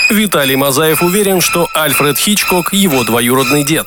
Виталий Мазаев уверен, что Альфред Хичкок – его двоюродный дед.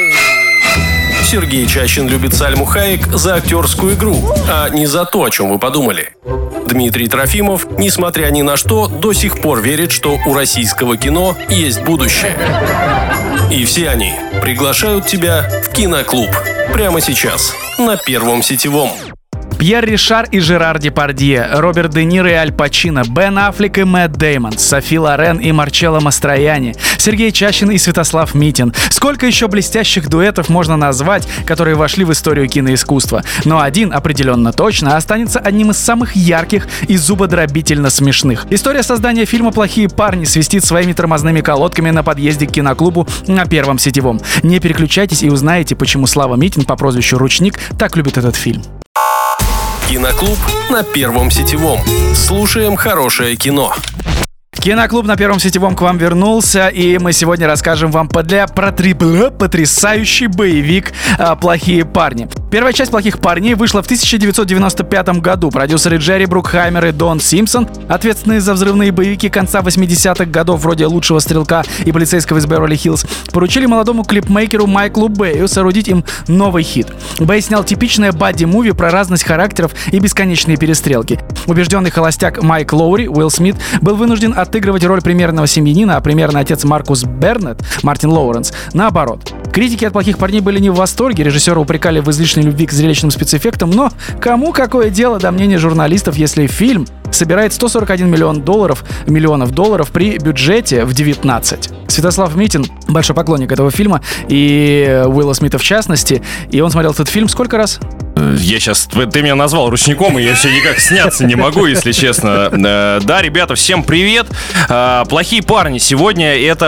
Сергей Чащин любит Сальму Хайек за актерскую игру, а не за то, о чем вы подумали. Дмитрий Трофимов, несмотря ни на что, до сих пор верит, что у российского кино есть будущее. И все они приглашают тебя в киноклуб. Прямо сейчас, на Первом сетевом. Пьер Ришар и Жерар Депардье, Роберт Де Ниро и Аль Пачино, Бен Аффлек и Мэтт Дэймон, Софи Лорен и Марчелло Мастроянни, Сергей Чащин и Святослав Митин. Сколько еще блестящих дуэтов можно назвать, которые вошли в историю киноискусства? Но один определенно точно останется одним из самых ярких и зубодробительно смешных. История создания фильма «Плохие парни» свистит своими тормозными колодками на подъезде к киноклубу на Первом сетевом. Не переключайтесь и узнаете, почему Слава Митин по прозвищу Ручник так любит этот фильм. Киноклуб на Первом сетевом. Слушаем хорошее кино. Киноклуб на Первом сетевом к вам вернулся, и мы сегодня расскажем вам про потрясающий боевик «Плохие парни». Первая часть «Плохих парней» вышла в 1995 году. Продюсеры Джерри Брукхаймер и Дон Симпсон, ответственные за взрывные боевики конца 80-х годов вроде «Лучшего стрелка» и «Полицейского из Беверли-Хиллз», поручили молодому клипмейкеру Майклу Бэю соорудить им новый хит. Бэй снял типичное бадди-муви про разность характеров и бесконечные перестрелки. Убежденный холостяк Майк Лоури, Уилл Смит, был вынужден отыгрывать роль примерного семьянина, а примерный отец Маркус Бернетт, Мартин Лоуренс, наоборот. Критики от «Плохих парней» были не в восторге, режиссера упрекали в излишней любви к зрелищным спецэффектам, но кому какое дело до мнения журналистов, если фильм собирает 141 миллионов долларов при бюджете в 19. Святослав Митин большой поклонник этого фильма, и Уилла Смита в частности, и он смотрел этот фильм сколько раз? Ты меня назвал ручником, и я все никак сняться не могу, если честно. Да, ребята, всем привет. «Плохие парни» сегодня это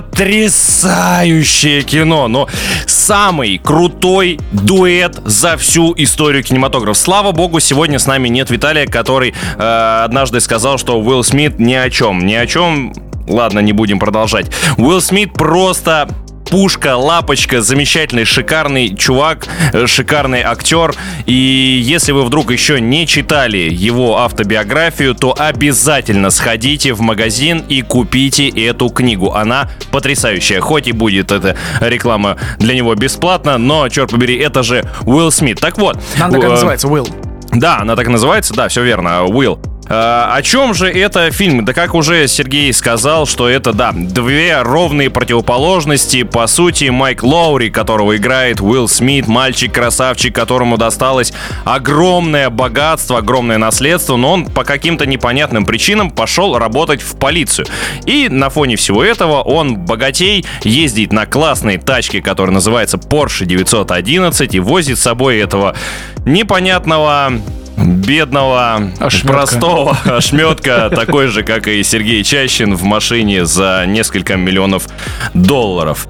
потрясающее кино, но самый крутой дуэт за всю историю кинематографа. Слава богу, сегодня с нами нет Виталия, который однажды сказал, что Уилл Смит ни о чем. Ладно, не будем продолжать. Уилл Смит просто пушка, лапочка, замечательный, шикарный чувак, шикарный актер. И если вы вдруг еще не читали его автобиографию, то обязательно сходите в магазин и купите эту книгу. Она потрясающая. Хоть и будет эта реклама для него бесплатна, но, черт побери, это же Уилл Смит. Так вот. Она так и называется, Уилл. Да, она так и называется, да, все верно, Уилл. О чем же это фильм? Да как уже Сергей сказал, что это, да, две ровные противоположности. По сути, Майк Лоури, которого играет Уилл Смит, мальчик-красавчик, которому досталось огромное богатство, огромное наследство, но он по каким-то непонятным причинам пошел работать в полицию. И на фоне всего этого он богатей, ездит на классной тачке, которая называется Porsche 911, и возит с собой этого непонятного, бедного, простого ошметка, такой же, как и Сергей Чащин, в машине за несколько миллионов долларов.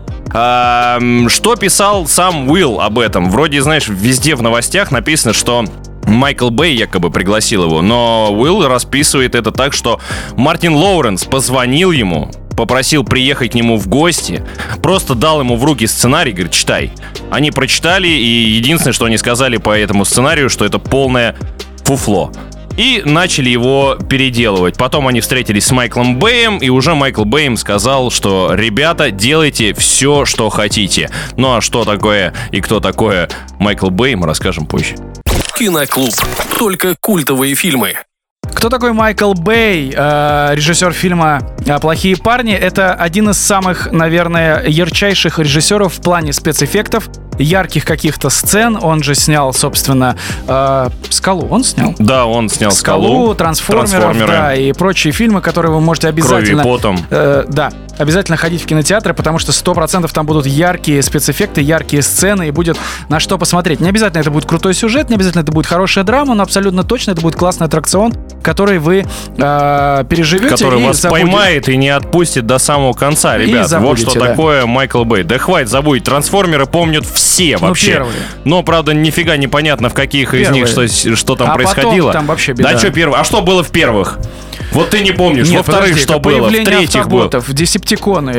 Что писал сам Уилл об этом? Вроде, знаешь, везде в новостях написано, что Майкл Бэй якобы пригласил его, но Уилл расписывает это так, что Мартин Лоуренс позвонил ему, попросил приехать к нему в гости, просто дал ему в руки сценарий, говорит, читай. Они прочитали, и единственное, что они сказали по этому сценарию, что это полное фуфло. И начали его переделывать. Потом они встретились с Майклом Бэем, и уже Майкл Бэй сказал, что ребята, делайте все, что хотите. Ну а что такое и кто такое Майкл Бэй, мы расскажем позже. Киноклуб. Только культовые фильмы. Кто такой Майкл Бэй, режиссер фильма «Плохие парни»? Это один из самых, наверное, ярчайших режиссеров в плане спецэффектов, ярких каких-то сцен. Он же снял, собственно, «Скалу». Он снял? Да, он снял «Скалу», «Трансформеров», да, и прочие фильмы, которые вы можете обязательно... «Кровью и потом». Да, обязательно ходить в кинотеатры, потому что 100% там будут яркие спецэффекты, яркие сцены, и будет на что посмотреть. Не обязательно это будет крутой сюжет, не обязательно это будет хорошая драма, но абсолютно точно это будет классный аттракцион, который вы переживете. Который вас поймает и не отпустит до самого конца, ребят. Вот что такое Майкл Бэй. Да хватит, забудь. «Трансформеры» помнят все вообще. Первые. Но, правда, нифига непонятно, в каких первые. из них что там происходило. Потом там вообще беда. Да что первое? А что было в первых? Вот ты не помнишь. Нет, во вторых что было? В третьих было. Десептиконы.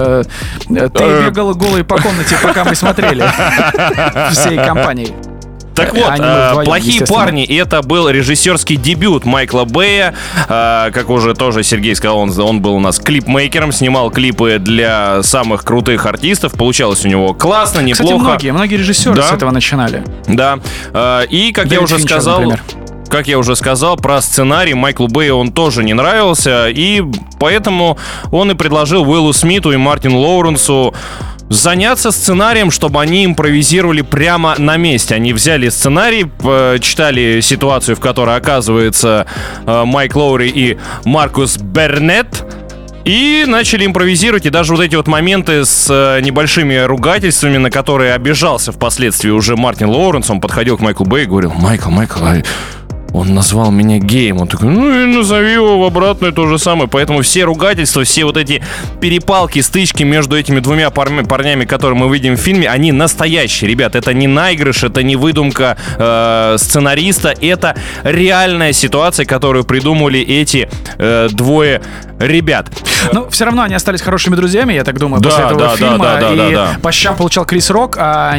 Ты бегал голый по комнате, пока мы смотрели всей компанией. Так вот, «Плохие парни» — это был режиссерский дебют Майкла Бэя. Как уже тоже Сергей сказал, он был у нас клипмейкером, снимал клипы для самых крутых артистов. Получалось у него классно, неплохо. Кстати, многие режиссеры с этого начинали. Да. И, как я уже сказал... например. Как я уже сказал, про сценарий Майклу Бэю он тоже не нравился, и поэтому он и предложил Уиллу Смиту и Мартину Лоуренсу заняться сценарием, чтобы они импровизировали прямо на месте. Они взяли сценарий, читали ситуацию, в которой оказывается Майк Лоури и Маркус Бернетт, и начали импровизировать, и даже вот эти вот моменты с небольшими ругательствами, на которые обижался впоследствии уже Мартин Лоуренс, он подходил к Майклу Бэю и говорил: Майкл, он назвал меня геем. Он такой: ну и назови его в обратную то же самое. Поэтому все ругательства, все вот эти перепалки, стычки между этими двумя парнями, которые мы видим в фильме, они настоящие, ребят. Это не наигрыш, это не выдумка сценариста. Это реальная ситуация, которую придумали эти двое ребят. Ну, все равно они остались хорошими друзьями, я так думаю, после этого фильма. И по щам получал Крис Рок, а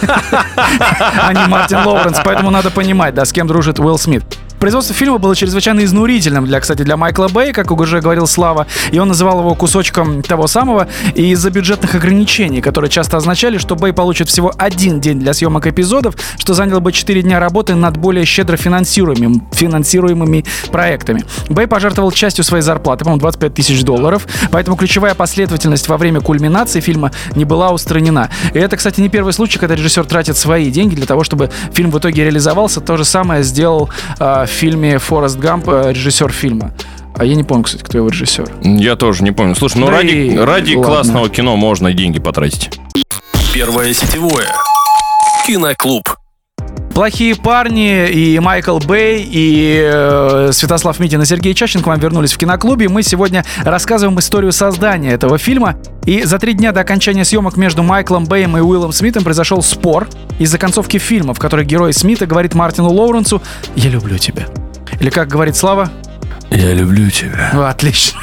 не Мартин Лоуренс. Поэтому надо понимать, да, с кем дружит Уилл Смит. Производство фильма было чрезвычайно изнурительным для Майкла Бэя, как уже говорил Слава, и он называл его кусочком того самого, и из-за бюджетных ограничений, которые часто означали, что Бэй получит всего 1 день для съемок эпизодов, что заняло бы 4 дня работы над более щедро финансируемыми проектами. Бэй пожертвовал частью своей зарплаты, по-моему, $25 тысяч, поэтому ключевая последовательность во время кульминации фильма не была устранена. И это, кстати, не первый случай, когда режиссер тратит свои деньги для того, чтобы фильм в итоге реализовался. То же самое сделал в фильме «Форест Гамп» режиссер фильма. А я не помню, кстати, кто его режиссер. Я тоже не помню. Слушай, ну ради классного кино можно и деньги потратить. Первое сетевое. Киноклуб. «Плохие парни» и Майкл Бэй, и Святослав Митин и Сергей Чащин к вам вернулись в киноклубе. Мы сегодня рассказываем историю создания этого фильма. И за 3 дня до окончания съемок между Майклом Бэем и Уиллом Смитом произошел спор из-за концовки фильма, в которой герой Смита говорит Мартину Лоуренсу: «Я люблю тебя». Или как говорит Слава? «Я люблю тебя». Отлично.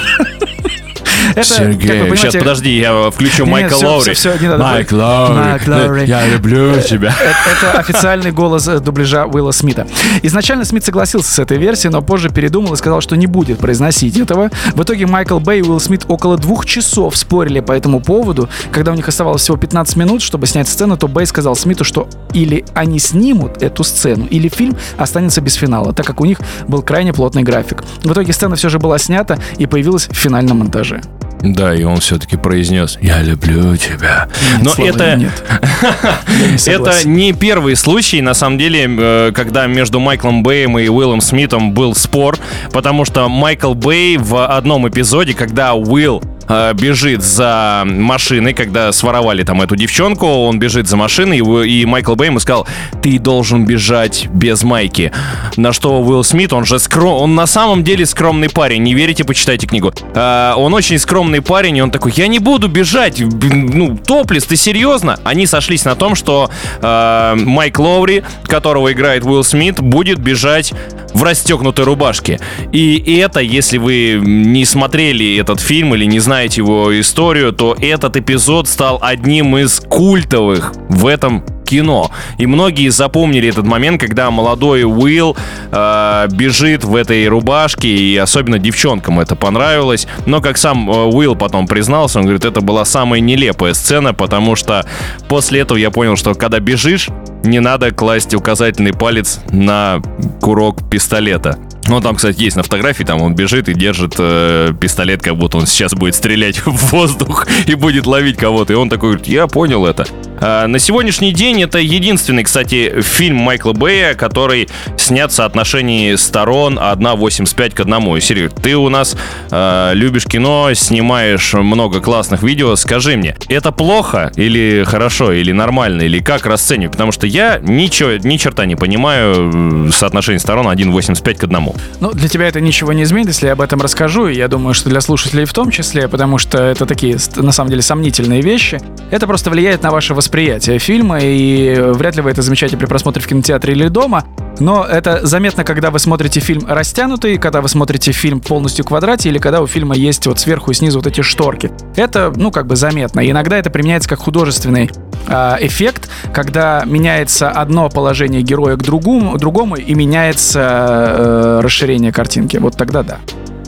Сергей, сейчас подожди, я включу Майкла Лоури. Майк Лоури, я люблю тебя. Это официальный голос дубляжа Уилла Смита. Изначально Смит согласился с этой версией, но позже передумал и сказал, что не будет произносить этого. В итоге Майкл Бэй и Уилл Смит около 2 часов спорили по этому поводу. Когда у них оставалось всего 15 минут, чтобы снять сцену, то Бэй сказал Смиту, что или они снимут эту сцену, или фильм останется без финала, так как у них был крайне плотный график. В итоге сцена все же была снята и появилась в финальном монтаже. Да, и он все-таки произнес: «Я люблю тебя». Нет, но Слава, это это не первый случай, на самом деле, когда между Майклом Бэем и Уиллом Смитом был спор, потому что Майкл Бэй в одном эпизоде, когда Уилл бежит за машиной, когда своровали там эту девчонку, он бежит за машиной, и Майкл Бэй ему сказал: «Ты должен бежать без майки». На что Уилл Смит, он на самом деле скромный парень, не верите, почитайте книгу. Он очень скромный парень, и он такой: «Я не буду бежать, топлес, ты серьезно?» Они сошлись на том, что Майк Лоури, которого играет Уилл Смит, будет бежать в расстегнутой рубашке. И это, если вы не смотрели этот фильм или не знаете его историю, то этот эпизод стал одним из культовых в этом кино. И многие запомнили этот момент, когда молодой Уилл бежит в этой рубашке, и особенно девчонкам это понравилось. Но, как сам Уилл потом признался, он говорит, это была самая нелепая сцена, потому что после этого я понял, что когда бежишь, не надо класть указательный палец на курок пистолета. Ну, там, кстати, есть на фотографии, там он бежит и держит пистолет, как будто он сейчас будет стрелять в воздух и будет ловить кого-то. И он такой говорит: я понял это. На сегодняшний день это единственный, кстати, фильм Майкла Бэя, который снят в соотношении сторон 1:85 к 1. Серег, ты у нас любишь кино, снимаешь много классных видео. Скажи мне, это плохо или хорошо, или нормально, или как расценивать? Потому что я ни черта не понимаю соотношение сторон 1:85 к 1. Ну, для тебя это ничего не изменит, если я об этом расскажу. И я думаю, что для слушателей в том числе, потому что это такие, на самом деле, сомнительные вещи. Это просто влияет на ваше восприятие фильма, и вряд ли вы это замечаете при просмотре в кинотеатре или дома. Но это заметно, когда вы смотрите фильм растянутый, когда вы смотрите фильм полностью в квадрате, или когда у фильма есть вот сверху и снизу вот эти шторки. Это, заметно. И иногда это применяется как художественный эффект, когда меняется одно положение героя к другому и меняется расширение картинки. Вот тогда да.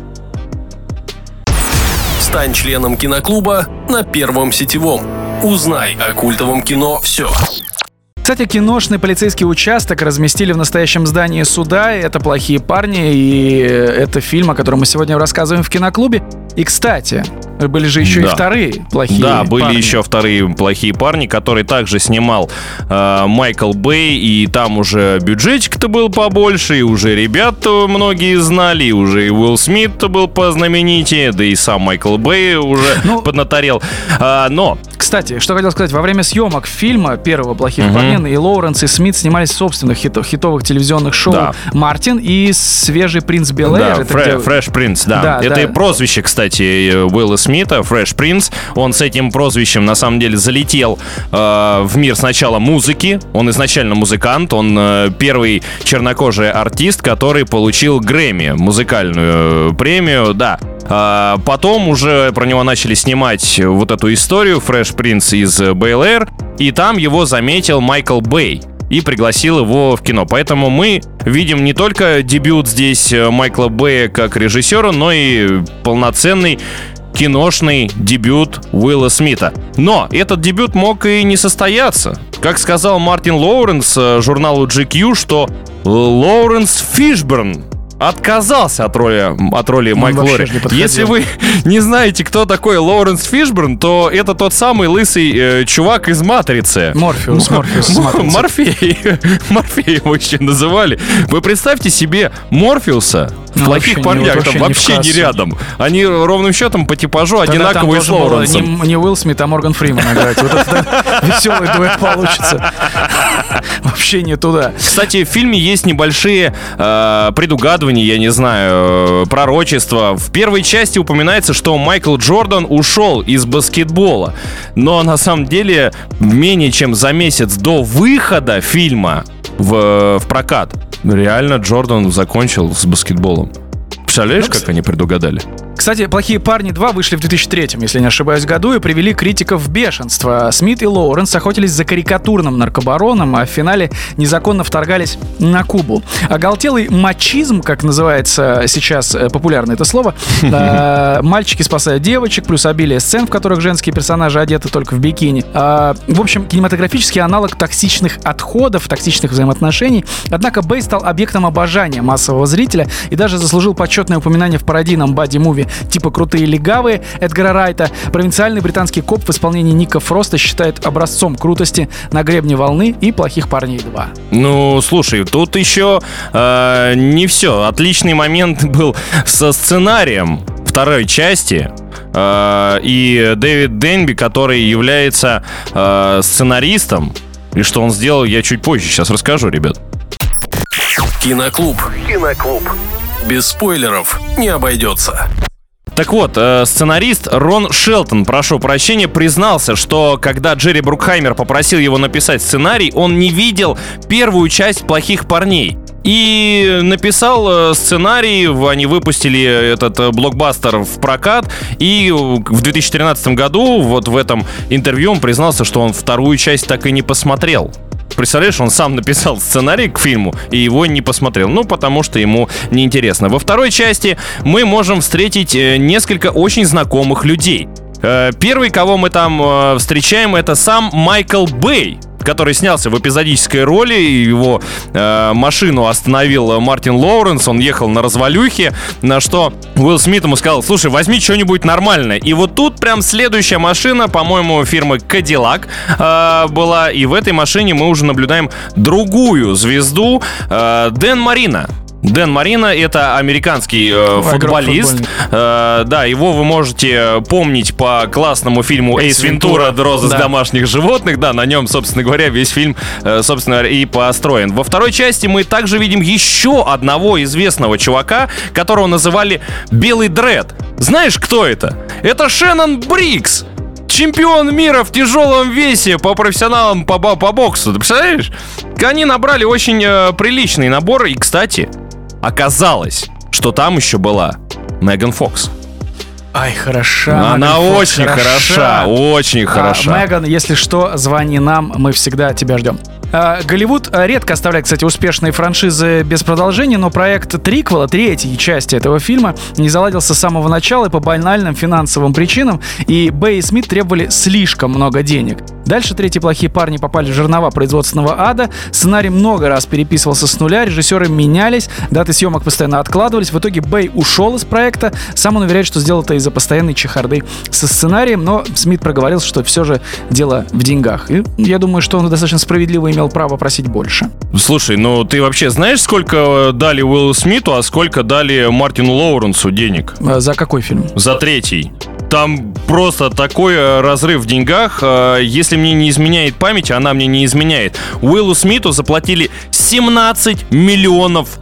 Стань членом киноклуба на Первом сетевом. Узнай о культовом кино все. Кстати, киношный полицейский участок разместили в настоящем здании суда. Это «Плохие парни», и это фильм, о котором мы сегодня рассказываем в киноклубе. И, кстати, были же еще и вторые «Плохие парни». Да, были еще вторые «Плохие парни», которые также снимал Майкл Бэй, и там уже бюджетик-то был побольше, и уже ребят-то многие знали, и уже и Уилл Смит-то был познаменитее, да и сам Майкл Бэй уже поднаторел. Но... Кстати, что хотел сказать, во время съемок фильма первого «Плохих парней» и Лоуренс, и Смит снимались в собственных хитовых телевизионных шоу «Мартин» и «Свежий принц Бел-Эйр». Да, «Фрэш Принц», да. Это и прозвище, кстати, Уилла Смита, «Фрэш Принц». Он с этим прозвищем, на самом деле, залетел в мир сначала музыки. Он изначально музыкант, он первый чернокожий артист, который получил Грэмми, музыкальную премию, да. Потом уже про него начали снимать вот эту историю «Фрэш Принц из Бел-Эйр», и там его заметил Майкл Бэй и пригласил его в кино. Поэтому мы видим не только дебют здесь Майкла Бэя как режиссера, но и полноценный киношный дебют Уилла Смита. Но этот дебют мог и не состояться. Как сказал Мартин Лоуренс журналу GQ, что Лоуренс Фишберн отказался от роли Майкла Лори. Если вы не знаете, кто такой Лоуренс Фишберн, то это тот самый лысый чувак из «Матрицы». Морфеус из «Матрицы». Морфей его еще называли. Вы представьте себе Морфеуса в «Плохих парнях», там вообще не рядом. Они ровным счетом по типажу одинаковые с Лоуренсом. Не Уилл Смит, а Морган Фриман играть. Вот это веселый дуэт получится. Вообще не туда. Кстати, в фильме есть небольшие предугадывания, я не знаю, пророчества. В первой части упоминается, что Майкл Джордан ушел из баскетбола. Но на самом деле менее чем за месяц до выхода фильма в прокат реально Джордан закончил с баскетболом. Представляешь, как они предугадали? Кстати, «Плохие парни 2» вышли в 2003, если не ошибаюсь, году и привели критиков в бешенство. Смит и Лоуренс охотились за карикатурным наркобароном, а в финале незаконно вторгались на Кубу. Оголтелый мачизм, как называется сейчас популярно это слово, мальчики спасают девочек, плюс обилие сцен, в которых женские персонажи одеты только в бикини. В общем, кинематографический аналог токсичных отходов, токсичных взаимоотношений. Однако Бэй стал объектом обожания массового зрителя и даже заслужил почетное упоминание в пародийном бади-муви типа «Крутые легавые» Эдгара Райта. Провинциальный британский коп в исполнении Ника Фроста считает образцом крутости «На гребне волны» и «Плохих парней 2». Ну, слушай, тут еще не все. Отличный момент был со сценарием второй части. И Дэвид Денби, который является сценаристом. И что он сделал, я чуть позже сейчас расскажу, ребят. Киноклуб. Без спойлеров не обойдется. Так вот, сценарист Рон Шелтон, прошу прощения, признался, что когда Джерри Брукхаймер попросил его написать сценарий, он не видел первую часть «Плохих парней». И написал сценарий, они выпустили этот блокбастер в прокат, и в 2013 году вот в этом интервью он признался, что он вторую часть так и не посмотрел. Представляешь, он сам написал сценарий к фильму и его не посмотрел. Ну, потому что ему неинтересно. Во второй части мы можем встретить несколько очень знакомых людей. Первый, кого мы там встречаем, это сам Майкл Бэй, который снялся в эпизодической роли. Его машину остановил Мартин Лоуренс. Он ехал на развалюхе, на что Уилл Смит ему сказал: слушай, возьми что-нибудь нормальное. И вот тут прям следующая машина, по-моему, фирмы Cadillac была. И в этой машине мы уже наблюдаем другую звезду, Дэн Марина. Дэн Марина — это американский футболист. Да, его вы можете помнить по классному фильму «Эйс Вентура. Розыск домашних животных». Да, на нем, собственно говоря, весь фильм, собственно, и построен. Во второй части мы также видим еще одного известного чувака, которого называли Белый Дред. Знаешь, кто это? Это Шеннон Брикс. чемпион мира в тяжелом весе по профессионалам по боксу. Ты представляешь? Они набрали очень приличный набор. И, кстати, оказалось, что там еще была Меган Фокс. Ай, хороша. Она очень хороша, очень хороша. Меган, если что, звони нам, мы всегда тебя ждем. Голливуд редко оставляет, кстати, успешные франшизы без продолжения, но проект триквела, третьей части этого фильма, не заладился с самого начала по банальным финансовым причинам, и Бэй и Смит требовали слишком много денег. Дальше третьи плохие парни попали в жернова производственного ада, сценарий много раз переписывался с нуля, режиссеры менялись, даты съемок постоянно откладывались, в итоге Бэй ушел из проекта, сам он уверяет, что сделал это из-за постоянной чехарды со сценарием, но Смит проговорился, что все же дело в деньгах. И я думаю, что он достаточно справедливо имел право просить больше. Слушай, ну ты вообще знаешь, сколько дали Уиллу Смиту, а сколько дали Мартину Лоуренсу денег? За какой фильм? За третий. Там просто такой разрыв в деньгах. Если мне не изменяет память, она мне не изменяет. Уиллу Смиту заплатили $17 миллионов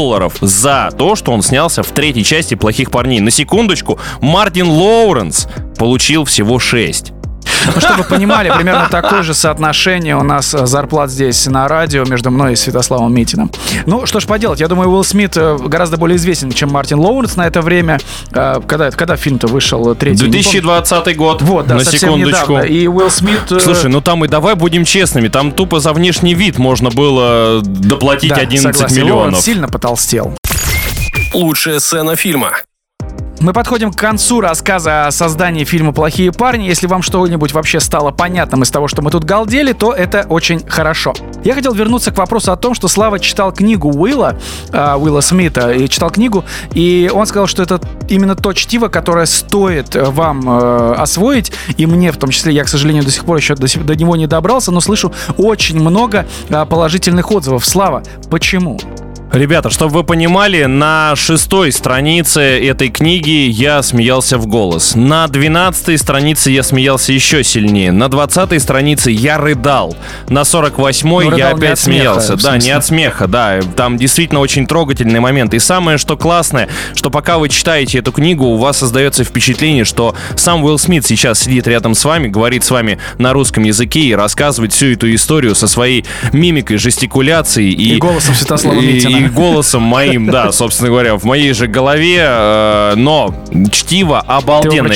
за то, что он снялся в третьей части «Плохих парней». На секундочку, Мартин Лоуренс получил всего 6. Ну, чтобы вы понимали, примерно такое же соотношение у нас зарплат здесь на радио между мной и Святославом Митиным. Ну, что ж поделать, я думаю, Уилл Смит гораздо более известен, чем Мартин Лоуренс на это время. Когда фильм-то вышел третий? 2020 год, вот, да, на секундочку. Недавно. И Уилл Смит... Слушай, ну там и давай будем честными, там тупо за внешний вид можно было доплатить 11 миллионов. Лоуренс сильно потолстел. Лучшая сцена фильма. Мы подходим к концу рассказа о создании фильма «Плохие парни». Если вам что-нибудь вообще стало понятным из того, что мы тут галдели, то это очень хорошо. Я хотел вернуться к вопросу о том, что Слава читал книгу Уилла Смита, и читал книгу, и он сказал, что это именно то чтиво, которое стоит вам освоить, и мне в том числе. Я, к сожалению, до сих пор еще до него не добрался, но слышу очень много положительных отзывов. Слава, почему? Ребята, чтобы вы понимали, на 6-й странице этой книги я смеялся в голос. На 12-й странице я смеялся еще сильнее. На 20-й странице я рыдал. На 48-й я опять смеялся. Да, не от смеха, да. Там действительно очень трогательный момент. И самое, что классное, что пока вы читаете эту книгу, у вас создается впечатление, что сам Уилл Смит сейчас сидит рядом с вами, говорит с вами на русском языке и рассказывает всю эту историю со своей мимикой, жестикуляцией. И голосом Святослава Митина. И голосом моим, да, собственно говоря, в моей же голове, но чтиво обалденное.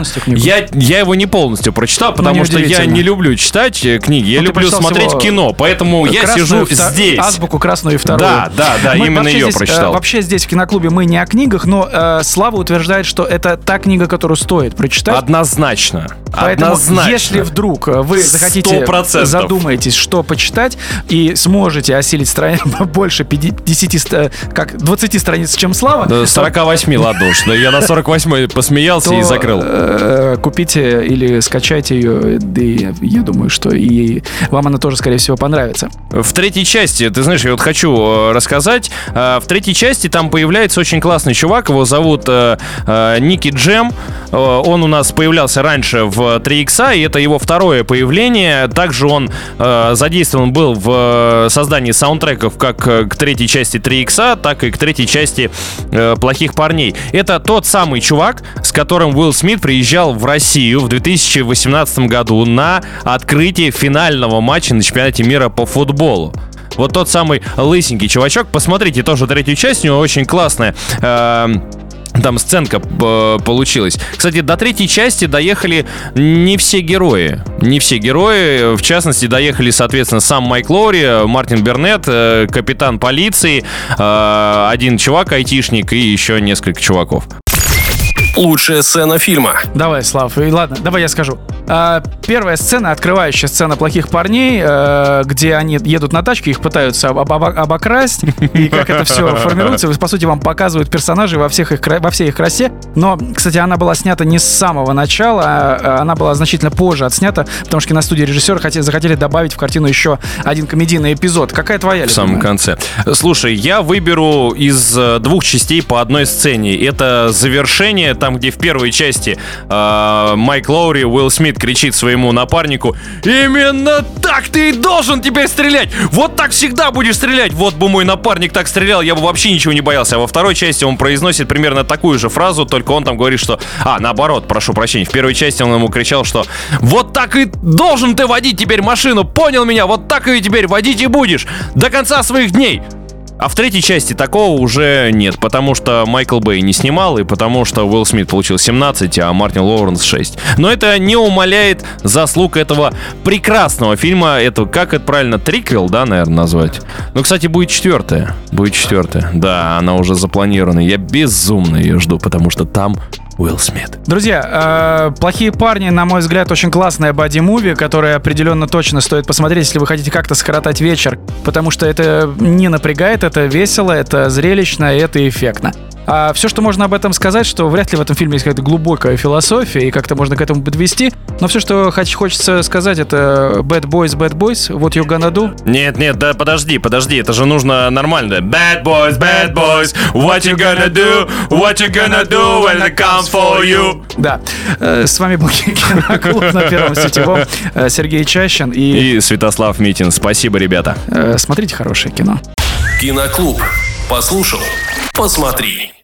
Я его не полностью прочитал, потому что я не люблю читать книги, я люблю смотреть кино, поэтому я сижу здесь. Азбуку красную и вторую. Да, именно ее прочитал. Вообще здесь в Киноклубе мы не о книгах, но Слава утверждает, что это та книга, которую стоит прочитать. Однозначно. Поэтому, если вдруг вы захотите, 100%. задумаетесь, что почитать, и сможете осилить больше 20 страниц, чем Слава. 48, ладно уж. Я на 48 посмеялся и закрыл. Купите или скачайте ее, и я думаю, что и вам она тоже, скорее всего, понравится. В третьей части, ты знаешь, я вот хочу рассказать. В третьей части там появляется очень классный чувак, его зовут Ники Джем. Он у нас появлялся раньше в 3 икса, и это его второе появление. Также он задействован был в создании саундтреков как к третьей части 3 икса, так и к третьей части «Плохих парней». Это тот самый чувак, с которым Уилл Смит приезжал в Россию в 2018 году на открытие финального матча на чемпионате мира по футболу. Вот тот самый лысенький чувачок. Посмотрите тоже третью часть, у него очень классная. Там сценка получилась. Кстати, до третьей части доехали не все герои. Не все герои. В частности, доехали, соответственно, сам Майк Лоури, Мартин Бернетт, капитан полиции, один чувак, айтишник и еще несколько чуваков. Лучшая сцена фильма. Давай, Слав, ладно, давай я скажу. Первая сцена, открывающая сцена «Плохих парней», где они едут на тачке, их пытаются обокрасть, и как это все формируется. По сути, вам показывают персонажей во всей их красе. Но, кстати, она была снята не с самого начала, она была значительно позже отснята, потому что киностудия режиссера захотели добавить в картину еще один комедийный эпизод. Какая твоя любимая? В самом конце. Слушай, я выберу из 2 частей по одной сцене. Это завершение, там, где в первой части Майк Лоури, Уилл Смит Смит кричит своему напарнику: «Именно так ты и должен теперь стрелять! Вот так всегда будешь стрелять! Вот бы мой напарник так стрелял, я бы вообще ничего не боялся». А во второй части он произносит примерно такую же фразу, только он там говорит, что... наоборот, прошу прощения. В первой части он ему кричал, что «Вот так и должен ты водить теперь машину! Понял меня? Вот так и теперь водить и будешь! До конца своих дней!» А в третьей части такого уже нет, потому что Майкл Бэй не снимал, и потому что Уилл Смит получил 17, а Мартин Лоуренс 6. Но это не умаляет заслуг этого прекрасного фильма. Это, как это правильно, триквел, да, наверное, назвать? Ну, кстати, будет четвертая. Да, она уже запланирована. Я безумно ее жду, потому что там Уилл Смит. Друзья, «Плохие парни», на мой взгляд, очень классная боди-муви, которая определенно точно стоит посмотреть, если вы хотите как-то скоротать вечер, потому что это не напрягает, это весело, это зрелищно, и это эффектно. А все, что можно об этом сказать, что вряд ли в этом фильме есть какая-то глубокая философия, и как-то можно к этому подвести. Но все, что хочется сказать, это bad boys, what you gonna do? Нет, да подожди, это же нужно нормально. Bad boys, what you gonna do when I come for you. Да, с вами был Киноклуб на Первом сетевом. Сергей Чащин и Святослав Митин. Спасибо, ребята. Смотрите хорошее кино. Киноклуб. Послушал, посмотри.